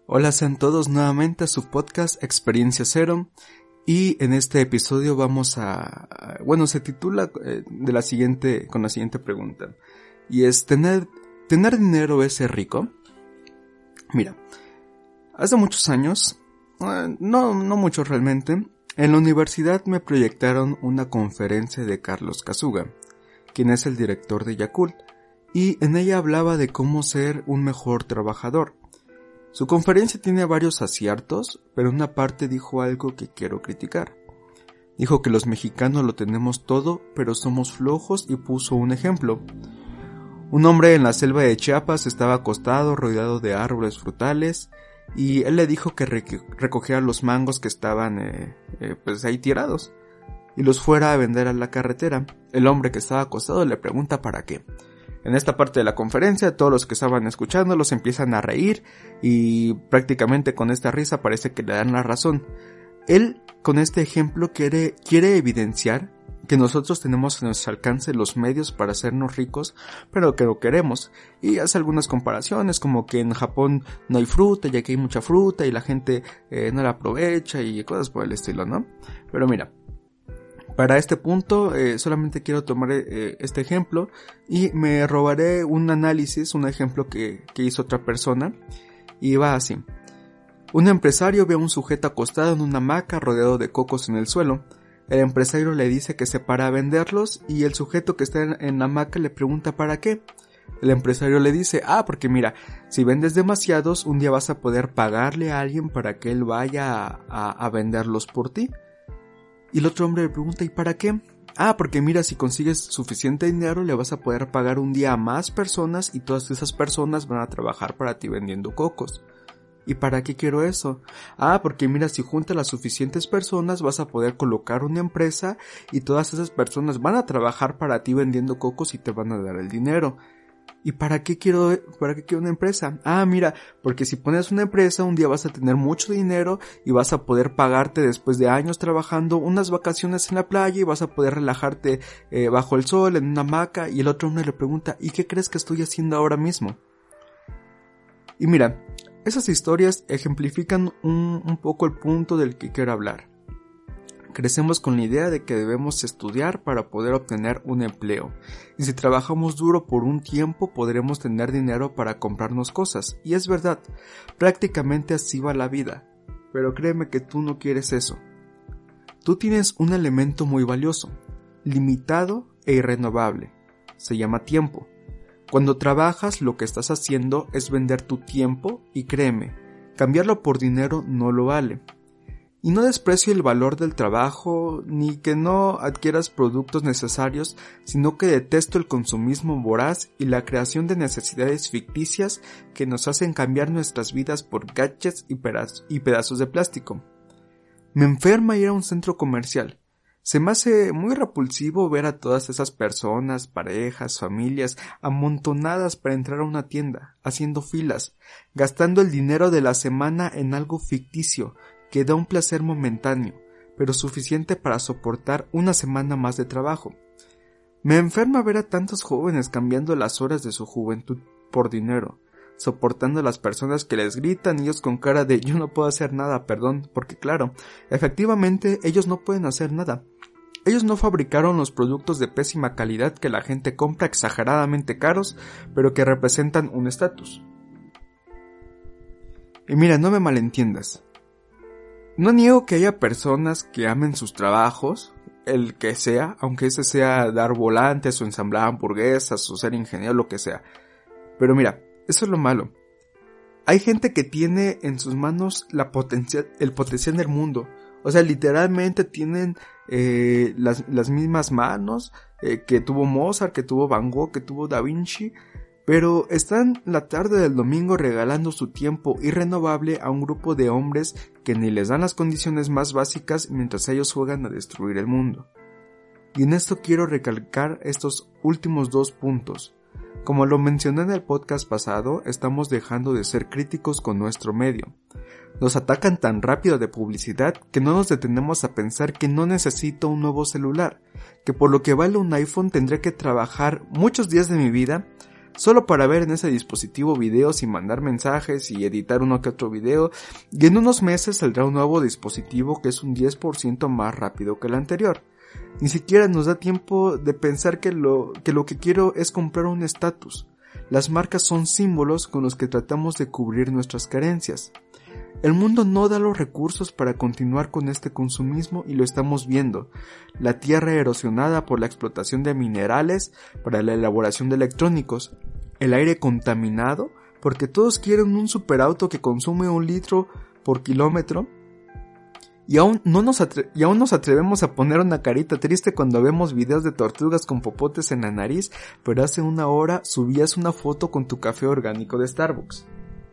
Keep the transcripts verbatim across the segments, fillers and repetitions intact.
Hola, sean todos nuevamente a su podcast Experiencia Cero, y en este episodio vamos a, bueno, se titula eh, de la siguiente, con la siguiente pregunta, y es ¿tener, ¿tener dinero es ser rico? Mira, hace muchos años, eh, no, no muchos realmente, en la universidad me proyectaron una conferencia de Carlos Kazuga, quien es el director de Yakult, y en ella hablaba de cómo ser un mejor trabajador. Su conferencia tiene varios aciertos, pero en una parte dijo algo que quiero criticar. Dijo que los mexicanos lo tenemos todo, pero somos flojos, y puso un ejemplo. Un hombre en la selva de Chiapas estaba acostado rodeado de árboles frutales, y él le dijo que re- recogiera los mangos que estaban eh, eh, pues ahí tirados, y los fuera a vender a la carretera. El hombre que estaba acostado le pregunta ¿para qué? En esta parte de la conferencia, todos los que estaban escuchando los empiezan a reír y prácticamente con esta risa parece que le dan la razón. Él, con este ejemplo, quiere, quiere evidenciar que nosotros tenemos a nuestro alcance los medios para hacernos ricos, pero que lo queremos. Y hace algunas comparaciones, como que en Japón no hay fruta y aquí hay mucha fruta y la gente eh, no la aprovecha y cosas por el estilo, ¿no? Pero mira, para este punto eh, solamente quiero tomar eh, este ejemplo y me robaré un análisis, un ejemplo que, que hizo otra persona, y va así. Un empresario ve a un sujeto acostado en una hamaca rodeado de cocos en el suelo. El empresario le dice que se para a venderlos y el sujeto que está en, en la hamaca le pregunta ¿para qué? El empresario le dice, ah, porque mira, si vendes demasiados, un día vas a poder pagarle a alguien para que él vaya a, a, a venderlos por ti. Y el otro hombre le pregunta, ¿y para qué? Ah, porque mira, si consigues suficiente dinero le vas a poder pagar un día a más personas y todas esas personas van a trabajar para ti vendiendo cocos. ¿Y para qué quiero eso? Ah, porque mira, si juntas las suficientes personas vas a poder colocar una empresa y todas esas personas van a trabajar para ti vendiendo cocos y te van a dar el dinero. ¿Y para qué quiero, para qué quiero una empresa? Ah, mira, porque si pones una empresa un día vas a tener mucho dinero y vas a poder pagarte después de años trabajando unas vacaciones en la playa y vas a poder relajarte eh, bajo el sol en una hamaca. Y el otro hombre le pregunta, ¿y qué crees que estoy haciendo ahora mismo? Y mira, esas historias ejemplifican un, un poco el punto del que quiero hablar. Crecemos con la idea de que debemos estudiar para poder obtener un empleo, y si trabajamos duro por un tiempo podremos tener dinero para comprarnos cosas, y es verdad, prácticamente así va la vida, pero créeme que tú no quieres eso. Tú tienes un elemento muy valioso, limitado e irrenovable, se llama tiempo. Cuando trabajas lo que estás haciendo es vender tu tiempo, y créeme, cambiarlo por dinero no lo vale. Y no desprecio el valor del trabajo, ni que no adquieras productos necesarios, sino que detesto el consumismo voraz y la creación de necesidades ficticias que nos hacen cambiar nuestras vidas por gadgets y, pedaz- y pedazos de plástico. Me enferma ir a un centro comercial. Se me hace muy repulsivo ver a todas esas personas, parejas, familias, amontonadas para entrar a una tienda, haciendo filas, gastando el dinero de la semana en algo ficticio, que da un placer momentáneo, pero suficiente para soportar una semana más de trabajo. Me enferma ver a tantos jóvenes cambiando las horas de su juventud por dinero, soportando a las personas que les gritan y ellos con cara de yo no puedo hacer nada, perdón, porque claro, efectivamente ellos no pueden hacer nada. Ellos no fabricaron los productos de pésima calidad que la gente compra exageradamente caros, pero que representan un estatus. Y mira, no me malentiendas. No niego que haya personas que amen sus trabajos, el que sea, aunque ese sea dar volantes o ensamblar hamburguesas o ser ingeniero, lo que sea. Pero mira, eso es lo malo. Hay gente que tiene en sus manos la potencia, el potencial del mundo. O sea, literalmente tienen eh, las, las mismas manos eh, que tuvo Mozart, que tuvo Van Gogh, que tuvo Da Vinci. Pero están la tarde del domingo regalando su tiempo irrenovable a un grupo de hombres que ni les dan las condiciones más básicas mientras ellos juegan a destruir el mundo. Y en esto quiero recalcar estos últimos dos puntos. Como lo mencioné en el podcast pasado, estamos dejando de ser críticos con nuestro medio. Nos atacan tan rápido de publicidad que no nos detenemos a pensar que no necesito un nuevo celular, que por lo que vale un iPhone tendré que trabajar muchos días de mi vida solo para ver en ese dispositivo videos y mandar mensajes y editar uno que otro video, y en unos meses saldrá un nuevo dispositivo que es un diez por ciento más rápido que el anterior. Ni siquiera nos da tiempo de pensar que lo que, lo que quiero es comprar un estatus. Las marcas son símbolos con los que tratamos de cubrir nuestras carencias. El mundo no da los recursos para continuar con este consumismo y lo estamos viendo. La tierra erosionada por la explotación de minerales para la elaboración de electrónicos. El aire contaminado porque todos quieren un superauto que consume un litro por kilómetro. Y aún, no nos atre- y aún nos atrevemos a poner una carita triste cuando vemos videos de tortugas con popotes en la nariz, pero hace una hora subías una foto con tu café orgánico de Starbucks.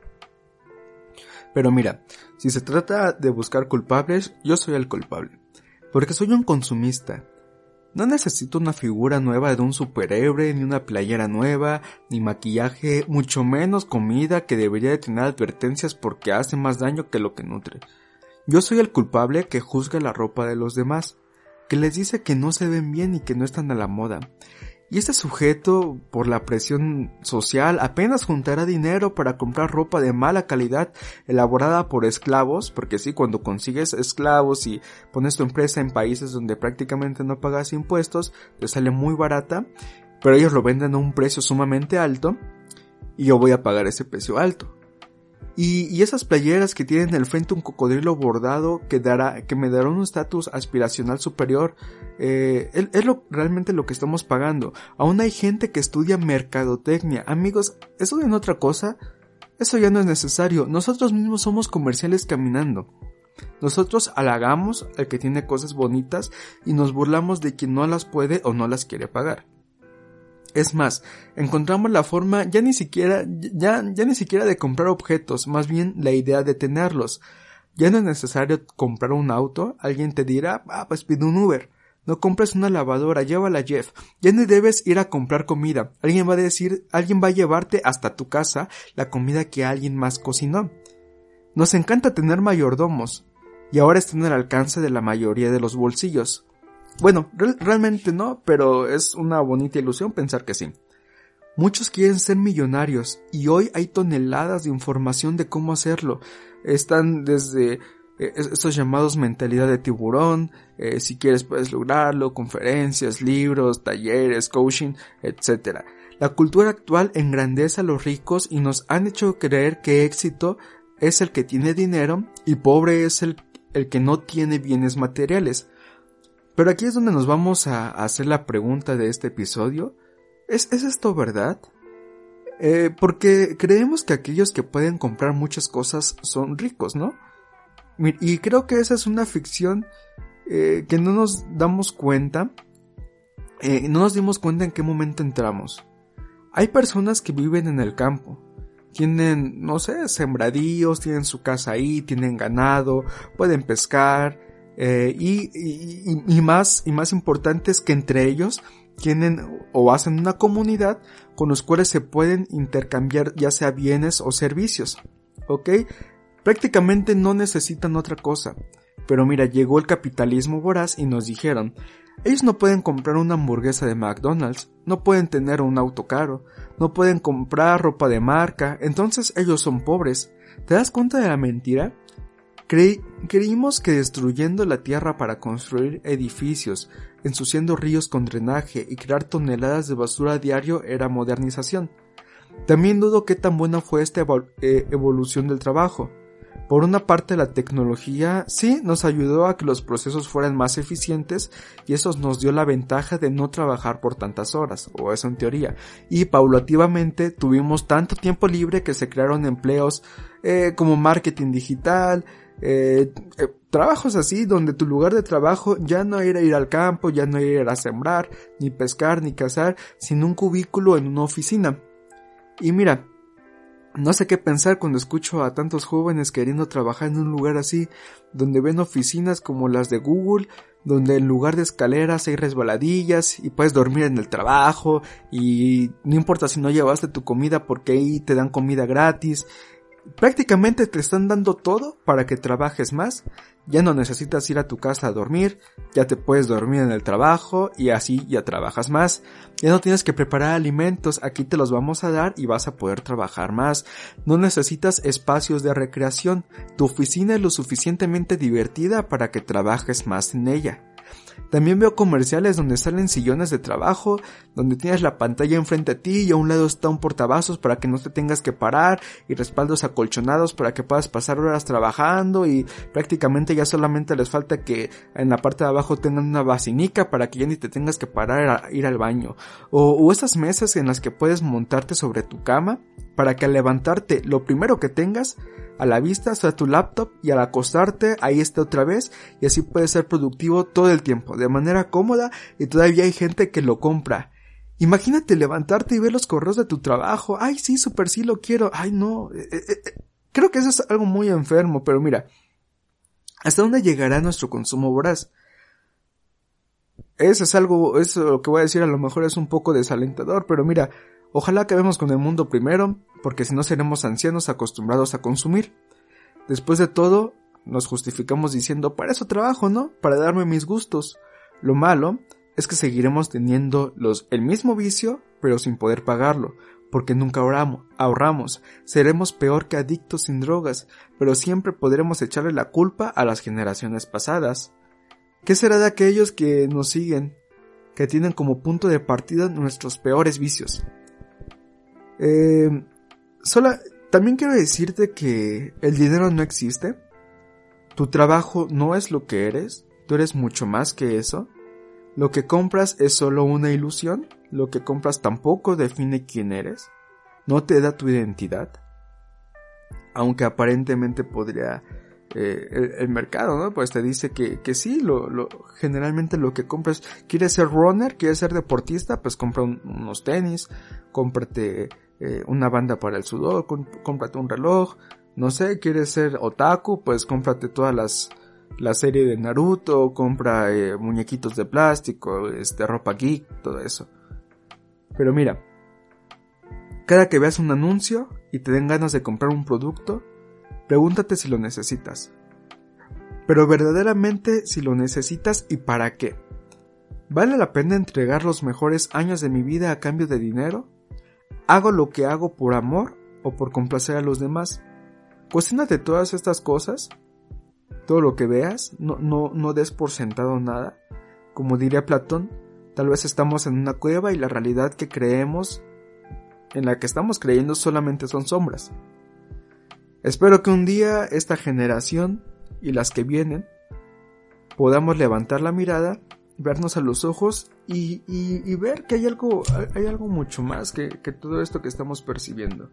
Pero mira, si se trata de buscar culpables, yo soy el culpable, porque soy un consumista. No necesito una figura nueva de un superhéroe, ni una playera nueva, ni maquillaje, mucho menos comida que debería de tener advertencias porque hace más daño que lo que nutre. Yo soy el culpable que juzga la ropa de los demás, que les dice que no se ven bien y que no están a la moda. Y este sujeto, por la presión social, apenas juntará dinero para comprar ropa de mala calidad elaborada por esclavos, porque sí, cuando consigues esclavos y pones tu empresa en países donde prácticamente no pagas impuestos, te sale muy barata, pero ellos lo venden a un precio sumamente alto y yo voy a pagar ese precio alto. Y, y esas playeras que tienen en el frente un cocodrilo bordado que dará, que me dará un estatus aspiracional superior, eh, es, es lo, realmente lo que estamos pagando. Aún hay gente que estudia mercadotecnia. Amigos, ¿estudian otra cosa? Eso ya no es necesario. Nosotros mismos somos comerciales caminando. Nosotros halagamos al que tiene cosas bonitas y nos burlamos de quien no las puede o no las quiere pagar. Es más, encontramos la forma ya ni siquiera, ya, ya ni siquiera de comprar objetos, más bien la idea de tenerlos. Ya no es necesario comprar un auto, alguien te dirá, ah, pues pide un Uber. No compres una lavadora, llévala a Jeff. Ya no debes ir a comprar comida, alguien va a decir, alguien va a llevarte hasta tu casa la comida que alguien más cocinó. Nos encanta tener mayordomos, y ahora están al alcance de la mayoría de los bolsillos. Bueno, re- realmente no, pero es una bonita ilusión pensar que sí. Muchos quieren ser millonarios y hoy hay toneladas de información de cómo hacerlo. Están desde eh, esos llamados mentalidad de tiburón, eh, si quieres puedes lograrlo, conferencias, libros, talleres, coaching, etcétera. La cultura actual engrandece a los ricos y nos han hecho creer que éxito es el que tiene dinero y pobre es el, el que no tiene bienes materiales. Pero aquí es donde nos vamos a hacer la pregunta de este episodio. ¿Es, ¿es esto verdad? Eh, porque creemos que aquellos que pueden comprar muchas cosas son ricos, ¿no? Y creo que esa es una ficción eh, que no nos damos cuenta, eh, no nos dimos cuenta en qué momento entramos. Hay personas que viven en el campo. Tienen, no sé, sembradíos, tienen su casa ahí, tienen ganado, pueden pescar. Eh, y, y, y más y más importante es que entre ellos tienen o hacen una comunidad con los cuales se pueden intercambiar ya sea bienes o servicios, ¿ok? Prácticamente no necesitan otra cosa. Pero mira, llegó el capitalismo voraz y nos dijeron, ellos no pueden comprar una hamburguesa de McDonald's, no pueden tener un auto caro, no pueden comprar ropa de marca, entonces ellos son pobres. ¿Te das cuenta de la mentira? Creí, creímos que destruyendo la tierra para construir edificios, ensuciando ríos con drenaje y crear toneladas de basura a diario era modernización. También dudo qué tan buena fue esta evol- eh, evolución del trabajo. Por una parte la tecnología sí nos ayudó a que los procesos fueran más eficientes y eso nos dio la ventaja de no trabajar por tantas horas, o eso en teoría, y paulativamente tuvimos tanto tiempo libre que se crearon empleos eh, como marketing digital, Eh, eh, trabajos así donde tu lugar de trabajo ya no era ir al campo, ya no era ir a sembrar, ni pescar, ni cazar, sino un cubículo en una oficina. Y mira, no sé qué pensar cuando escucho a tantos jóvenes queriendo trabajar en un lugar así, donde ven oficinas como las de Google, donde en lugar de escaleras hay resbaladillas y puedes dormir en el trabajo y no importa si no llevaste tu comida porque ahí te dan comida gratis. Prácticamente te están dando todo para que trabajes más. Ya no necesitas ir a tu casa a dormir, ya te puedes dormir en el trabajo y así ya trabajas más. Ya no tienes que preparar alimentos, aquí te los vamos a dar y vas a poder trabajar más. No necesitas espacios de recreación, tu oficina es lo suficientemente divertida para que trabajes más en ella. También veo comerciales donde salen sillones de trabajo, donde tienes la pantalla enfrente a ti y a un lado está un portavasos para que no te tengas que parar y respaldos acolchonados para que puedas pasar horas trabajando y prácticamente ya solamente les falta que en la parte de abajo tengan una basinica para que ya ni te tengas que parar a ir al baño. O, o esas mesas en las que puedes montarte sobre tu cama para que al levantarte lo primero que tengas a la vista sea tu laptop y al acostarte ahí esté otra vez y así puedes ser productivo todo el tiempo de manera cómoda y todavía hay gente que lo compra. Imagínate levantarte y ver los correos de tu trabajo. Ay sí, súper sí lo quiero. Ay no, eh, eh, eh. Creo que eso es algo muy enfermo, pero mira, ¿hasta dónde llegará nuestro consumo voraz? Eso es algo, eso lo que voy a decir a lo mejor es un poco desalentador, pero mira, ojalá acabemos con el mundo primero, porque si no seremos ancianos acostumbrados a consumir. Después de todo, nos justificamos diciendo, para eso trabajo, ¿no? Para darme mis gustos. Lo malo es que seguiremos teniendo los, el mismo vicio, pero sin poder pagarlo, porque nunca ahorramos, ahorramos. Seremos peor que adictos sin drogas, pero siempre podremos echarle la culpa a las generaciones pasadas. ¿Qué será de aquellos que nos siguen, que tienen como punto de partida nuestros peores vicios? Eh, sola, también quiero decirte que el dinero no existe. Tu trabajo no es lo que eres, tú eres mucho más que eso. Lo que compras es solo una ilusión, lo que compras tampoco define quién eres, no te da tu identidad. Aunque aparentemente podría eh, el, el mercado, ¿no? Pues te dice que, que sí, lo, lo, generalmente lo que compras, ¿quieres ser runner? ¿Quieres ser deportista? Pues compra un, unos tenis, cómprate eh, una banda para el sudor, comp- cómprate un reloj, no sé, ¿quieres ser otaku? Pues cómprate todas las, la serie de Naruto, compra eh, muñequitos de plástico, este, ropa geek, todo eso. Pero mira, cada que veas un anuncio y te den ganas de comprar un producto, pregúntate si lo necesitas. Pero verdaderamente si lo necesitas y para qué. ¿Vale la pena entregar los mejores años de mi vida a cambio de dinero? ¿Hago lo que hago por amor o por complacer a los demás? Cuestiónate todas estas cosas, todo lo que veas, no, no, no des por sentado nada. Como diría Platón, tal vez estamos en una cueva y la realidad que creemos, en la que estamos creyendo solamente son sombras. Espero que un día esta generación y las que vienen podamos levantar la mirada, vernos a los ojos y, y, y ver que hay algo, hay algo mucho más que, que todo esto que estamos percibiendo.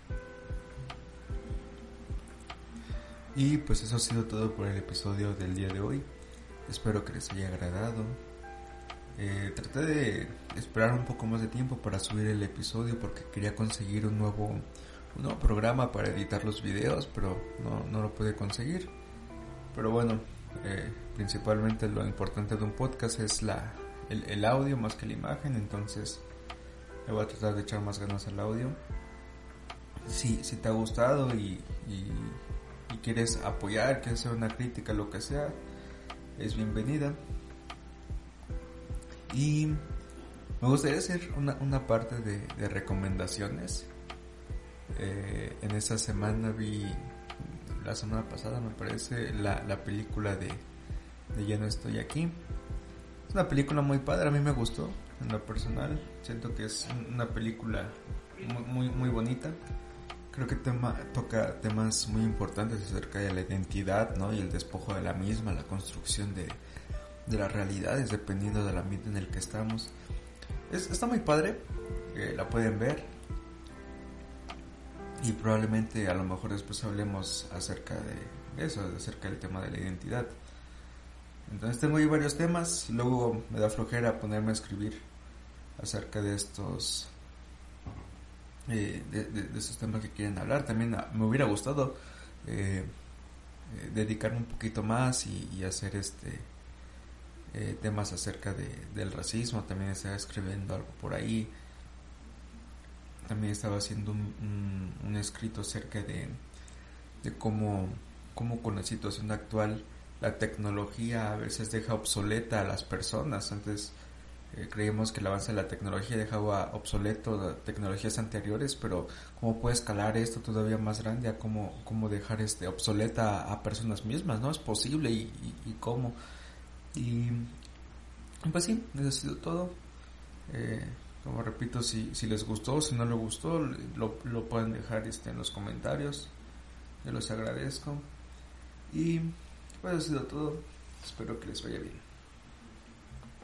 Y pues eso ha sido todo por el episodio del día de hoy. Espero que les haya agradado. Eh, traté de esperar un poco más de tiempo para subir el episodio porque quería conseguir un nuevo, un nuevo programa para editar los videos, pero no, no lo pude conseguir. Pero bueno, eh, principalmente lo importante de un podcast es la, el, el audio más que la imagen, entonces me voy a tratar de echar más ganas al audio. Si, si te ha gustado y... y y quieres apoyar, quieres hacer una crítica, lo que sea, es bienvenida. Y me gustaría hacer una, una parte de, de recomendaciones. Eh, en esta semana vi, la semana pasada me parece, la, la película de, de Ya no estoy aquí. Es una película muy padre, a mí me gustó, en lo personal. Siento que es una película muy, muy, muy bonita. Creo que tema, toca temas muy importantes acerca de la identidad, ¿no? Y el despojo de la misma, la construcción de, de las realidades dependiendo del ambiente en el que estamos. Es, está muy padre, eh, la pueden ver. Y probablemente a lo mejor después hablemos acerca de eso, acerca del tema de la identidad. Entonces tengo ahí varios temas, luego me da flojera ponerme a escribir acerca de estos... Eh, de, de, de esos temas que quieren hablar. También me hubiera gustado eh, eh, dedicarme un poquito más y, y hacer este eh, temas acerca de, del racismo. También estaba escribiendo algo por ahí. También estaba haciendo un, un, un escrito acerca de de cómo, cómo con la situación actual la tecnología a veces deja obsoleta a las personas. Antes eh, creíamos que el avance de la tecnología dejaba obsoleto tecnologías anteriores, pero cómo puede escalar esto todavía más grande a cómo, cómo dejar este obsoleta a, a personas mismas, ¿no? Es posible y, y, y cómo. Y pues sí, eso ha sido todo. Eh, como repito, si, si les gustó, si no les gustó, lo, lo pueden dejar este, en los comentarios. Yo los agradezco. Y pues eso ha sido todo. Espero que les vaya bien.